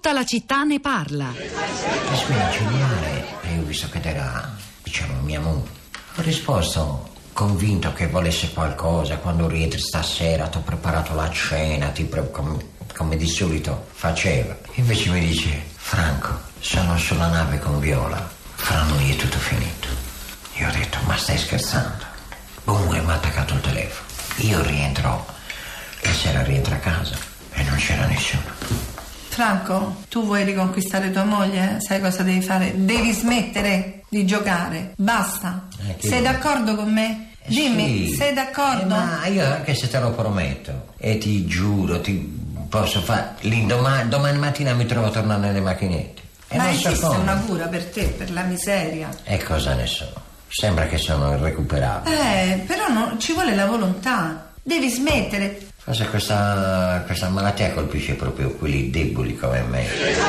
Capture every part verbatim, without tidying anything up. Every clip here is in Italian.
Tutta la città ne parla. Mi spiace, Giuliane, e ho visto che era, diciamo, mia moglie. Ho risposto convinto che volesse qualcosa. Quando rientri stasera ti ho preparato la cena, ti pre- come, come di solito faceva. Invece mi dice: Franco, sono sulla nave con Viola, fra noi è tutto finito. Io ho detto: ma stai scherzando? Boom, e mi ha attaccato il telefono. Io rientro, la sera rientro a casa e non c'era nessuno. Franco, tu vuoi riconquistare tua moglie? Sai cosa devi fare? Devi smettere di giocare. Basta. Eh, sei vuoi? D'accordo con me? Dimmi, sì. Sei d'accordo? Eh, ma io anche se te lo prometto, e ti giuro, ti posso fare l'indomani, domani mattina mi trovo a tornare nelle macchinette. E ma non esiste so una cura per te, per la miseria? E cosa ne so? Sembra che sono irrecuperabile. Eh, però no, ci vuole la volontà. Devi smettere. Forse questa, questa malattia colpisce proprio quelli deboli come me.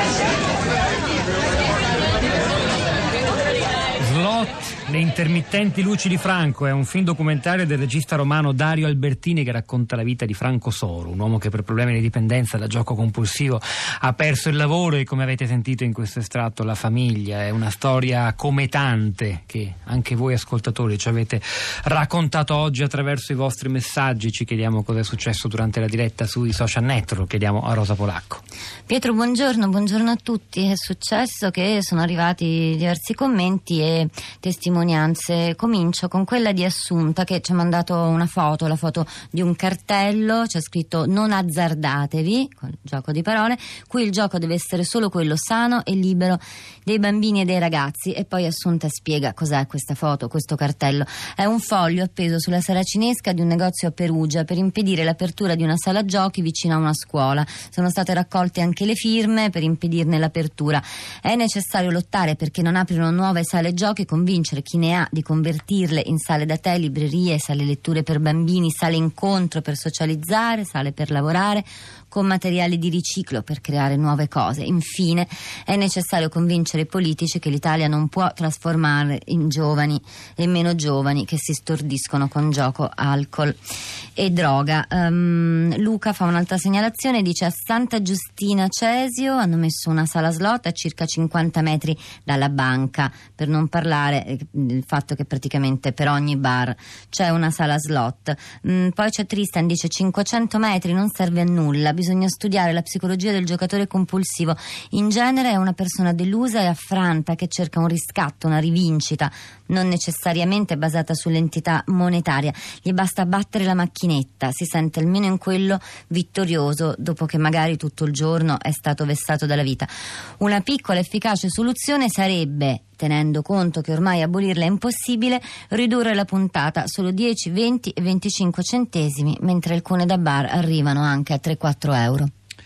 Slot, le intermittenti luci di Franco è un film documentario del regista romano Dario Albertini che racconta la vita di Franco Soro, un uomo che per problemi di dipendenza da gioco compulsivo ha perso il lavoro e, come avete sentito in questo estratto, la famiglia. È una storia come tante che anche voi ascoltatori ci avete raccontato oggi attraverso i vostri messaggi. Ci chiediamo cosa è successo durante la diretta sui social network, lo chiediamo a Rosa Polacco. Pietro, buongiorno, buongiorno a tutti. È successo che sono arrivati diversi commenti e testimonianze. Comincio con quella di Assunta che ci ha mandato una foto, la foto di un cartello, c'è scritto: non azzardatevi, col gioco di parole, qui il gioco deve essere solo quello sano e libero dei bambini e dei ragazzi. E poi Assunta spiega cos'è questa foto, questo cartello. È un foglio appeso sulla saracinesca di un negozio a Perugia per impedire l'apertura di una sala giochi vicino a una scuola. Sono state raccolte anche le firme per impedirne l'apertura. È necessario lottare perché non aprino nuove sale giochi, convincere chi ne ha di convertirle in sale da tè, librerie, sale letture per bambini, sale incontro per socializzare, sale per lavorare, con materiali di riciclo per creare nuove cose. Infine è necessario convincere i politici che l'Italia non può trasformare in giovani e meno giovani che si stordiscono con gioco, alcol e droga. Um, Luca fa un'altra segnalazione, dice: a Santa Giustina Cesio hanno messo una sala slot a circa cinquanta metri dalla banca, per non parlare del fatto che praticamente per ogni bar c'è una sala slot. Um, poi c'è Tristan, dice: cinquecento metri non serve a nulla, bisogna studiare la psicologia del giocatore compulsivo. In genere è una persona delusa e affranta che cerca un riscatto, una rivincita, non necessariamente basata sull'entità monetaria. Gli basta battere la macchinetta, si sente almeno in quello vittorioso dopo che magari tutto il giorno è stato vessato dalla vita. Una piccola efficace soluzione sarebbe, tenendo conto che ormai abolirla è impossibile, ridurre la puntata solo dieci, venti e venticinque centesimi, mentre alcune da bar arrivano anche a tre quattro euro.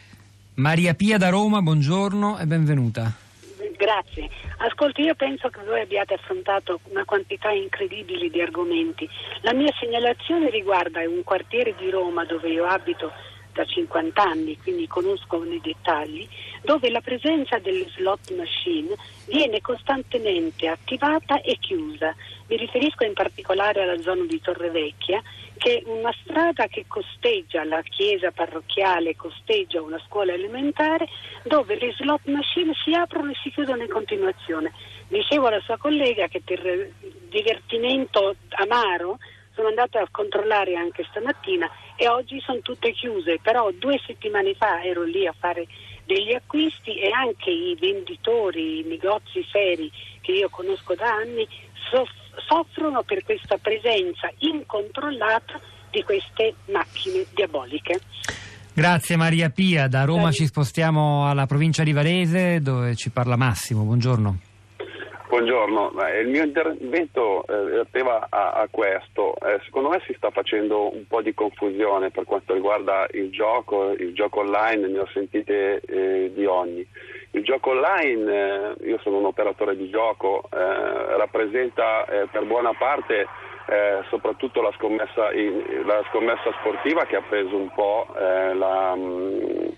Maria Pia da Roma, buongiorno e benvenuta. Grazie. Ascolti, io penso che voi abbiate affrontato una quantità incredibile di argomenti. La mia segnalazione riguarda un quartiere di Roma dove io abito da cinquanta anni, quindi conosco nei dettagli, dove la presenza delle slot machine viene costantemente attivata e chiusa. Mi riferisco in particolare alla zona di Torrevecchia, che è una strada che costeggia la chiesa parrocchiale, costeggia una scuola elementare, dove le slot machine si aprono e si chiudono in continuazione. Dicevo alla sua collega che per divertimento amaro sono andata a controllare anche stamattina e oggi sono tutte chiuse, però due settimane fa ero lì a fare degli acquisti e anche i venditori, i negozi seri che io conosco da anni soff- soffrono per questa presenza incontrollata di queste macchine diaboliche. Grazie Maria Pia. Da Roma ci spostiamo alla provincia di Varese dove ci parla Massimo. Buongiorno. Buongiorno, il mio intervento eh, atteva a, a questo. Eh, secondo me si sta facendo un po' di confusione per quanto riguarda il gioco, il gioco online, ne ho sentite eh, di ogni. Il gioco online, eh, io sono un operatore di gioco, eh, rappresenta eh, per buona parte eh, soprattutto la scommessa, la scommessa sportiva che ha preso un po' eh, la... Mh,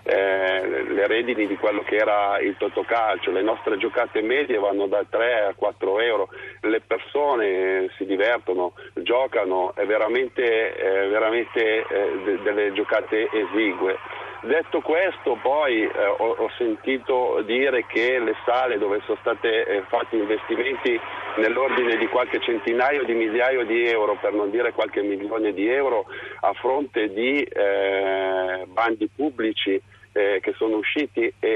Eh, le redini di quello che era il totocalcio. Le nostre giocate medie vanno da tre a quattro euro, le persone si divertono, giocano, è veramente, eh, veramente eh, de- delle giocate esigue. Detto questo, poi eh, ho, ho sentito dire che le sale dove sono state eh, fatti investimenti nell'ordine di qualche centinaio di migliaio di euro, per non dire qualche milione di euro, a fronte di eh, bandi pubblici eh, che sono usciti, e,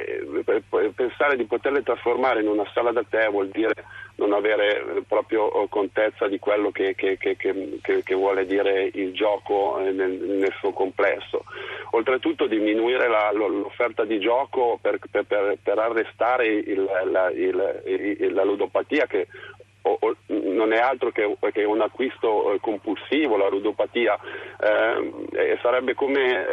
e pensare di poterle trasformare in una sala da tè vuol dire non avere proprio contezza di quello che, che, che, che, che vuole dire il gioco nel, nel suo complesso. Oltretutto diminuire la, l'offerta di gioco per, per, per arrestare il, la, il, il, la ludopatia, che o, o, non è altro che, che un acquisto compulsivo, la ludopatia. Eh, sarebbe come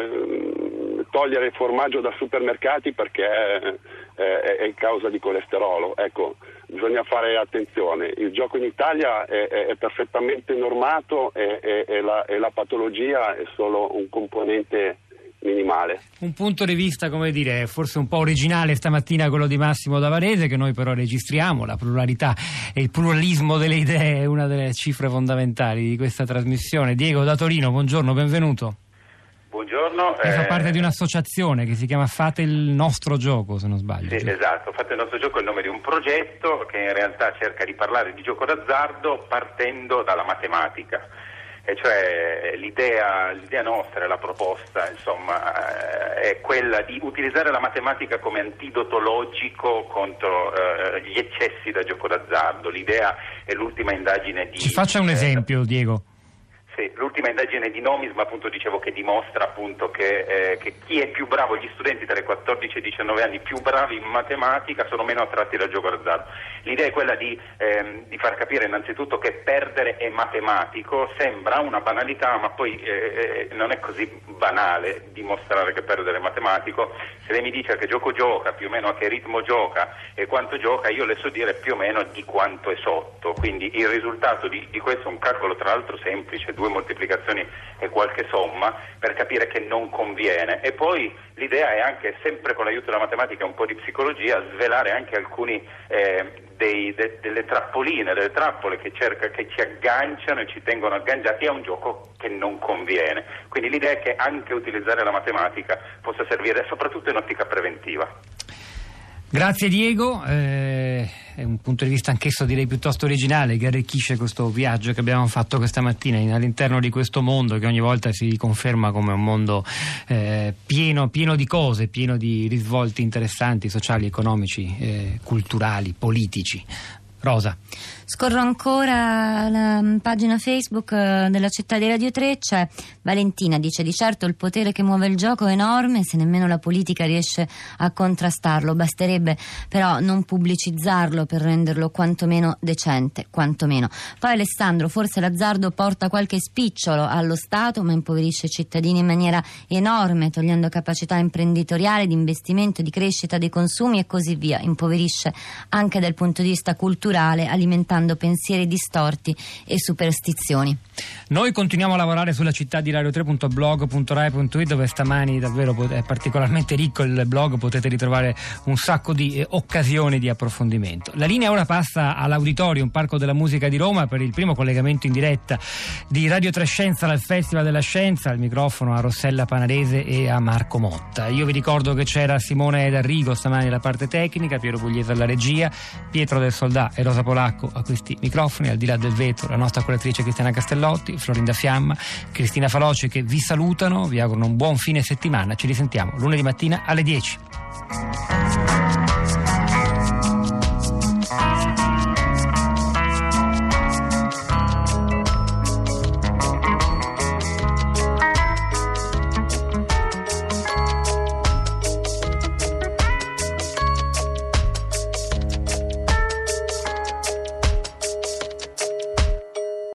eh, togliere il formaggio dai supermercati perché eh, è, è causa di colesterolo. Ecco, bisogna fare attenzione. Il gioco in Italia è, è, è perfettamente normato e, e, e, la, e la patologia è solo un componente minimale. Un punto di vista, come dire, forse un po' originale stamattina, quello di Massimo Davarese, che noi però registriamo. La pluralità e il pluralismo delle idee è una delle cifre fondamentali di questa trasmissione. Diego da Torino, buongiorno, benvenuto. Buongiorno. Lei eh... fa parte di un'associazione che si chiama Fate il nostro gioco, se non sbaglio. Sì, esatto, Fate il nostro gioco è il nome di un progetto che in realtà cerca di parlare di gioco d'azzardo partendo dalla matematica. E cioè l'idea, l'idea nostra, la proposta, insomma, è quella di utilizzare la matematica come antidoto logico contro eh, gli eccessi da gioco d'azzardo. L'idea è l'ultima indagine di... Ci faccia un esempio, eh, Diego. Sì, l'ultima indagine di Nomisma, appunto, dicevo, che dimostra appunto che, eh, che chi è più bravo, gli studenti tra i quattordici e i diciannove anni più bravi in matematica sono meno attratti dal gioco d'azzardo. L'idea è quella di, ehm, di far capire innanzitutto che perdere è matematico. Sembra una banalità, ma poi eh, non è così banale dimostrare che perdere è matematico. Se lei mi dice a che gioco gioca, più o meno a che ritmo gioca e quanto gioca, io le so dire più o meno di quanto è sotto. Quindi il risultato di, di questo è un calcolo tra l'altro semplice, due moltiplicazioni e qualche somma, per capire che non conviene. E poi l'idea è anche, sempre con l'aiuto della matematica e un po' di psicologia, svelare anche alcuni eh, dei, de, delle trappoline, delle trappole che, cerca, che ci agganciano e ci tengono agganciati a un gioco che non conviene. Quindi l'idea è che anche utilizzare la matematica possa servire soprattutto in ottica preventiva. Grazie Diego, eh, è un punto di vista anch'esso direi piuttosto originale, che arricchisce questo viaggio che abbiamo fatto questa mattina in, all'interno di questo mondo che ogni volta si conferma come un mondo eh, pieno, pieno di cose, pieno di risvolti interessanti, sociali, economici, eh, culturali, politici. Rosa. Scorro ancora la pagina Facebook della città di Radio tre, c'è Valentina, dice: di certo il potere che muove il gioco è enorme, se nemmeno la politica riesce a contrastarlo, basterebbe però non pubblicizzarlo per renderlo quantomeno decente, quantomeno. Poi Alessandro: forse l'azzardo porta qualche spicciolo allo Stato, ma impoverisce i cittadini in maniera enorme, togliendo capacità imprenditoriale, di investimento, di crescita dei consumi e così via. Impoverisce anche dal punto di vista culturale, alimentando pensieri distorti e superstizioni. Noi continuiamo a lavorare sulla città di radio tre punto blog punto rai punto it, dove stamani davvero è particolarmente ricco il blog, potete ritrovare un sacco di eh, occasioni di approfondimento. La linea ora passa all'Auditorium Parco della Musica di Roma per il primo collegamento in diretta di Radio tre Scienza dal Festival della Scienza. Al microfono a Rossella Panarese e a Marco Motta. Io vi ricordo che c'era Simone D'Arrigo stamani alla parte tecnica, Piero Pugliese alla regia, Pietro del Soldà e Rosa Polacco a questi microfoni, al di là del vetro la nostra curatrice Cristiana Castellotti, Florinda Fiamma, Cristina Faloci, che vi salutano, vi augurano un buon fine settimana. Ci risentiamo lunedì mattina alle dieci.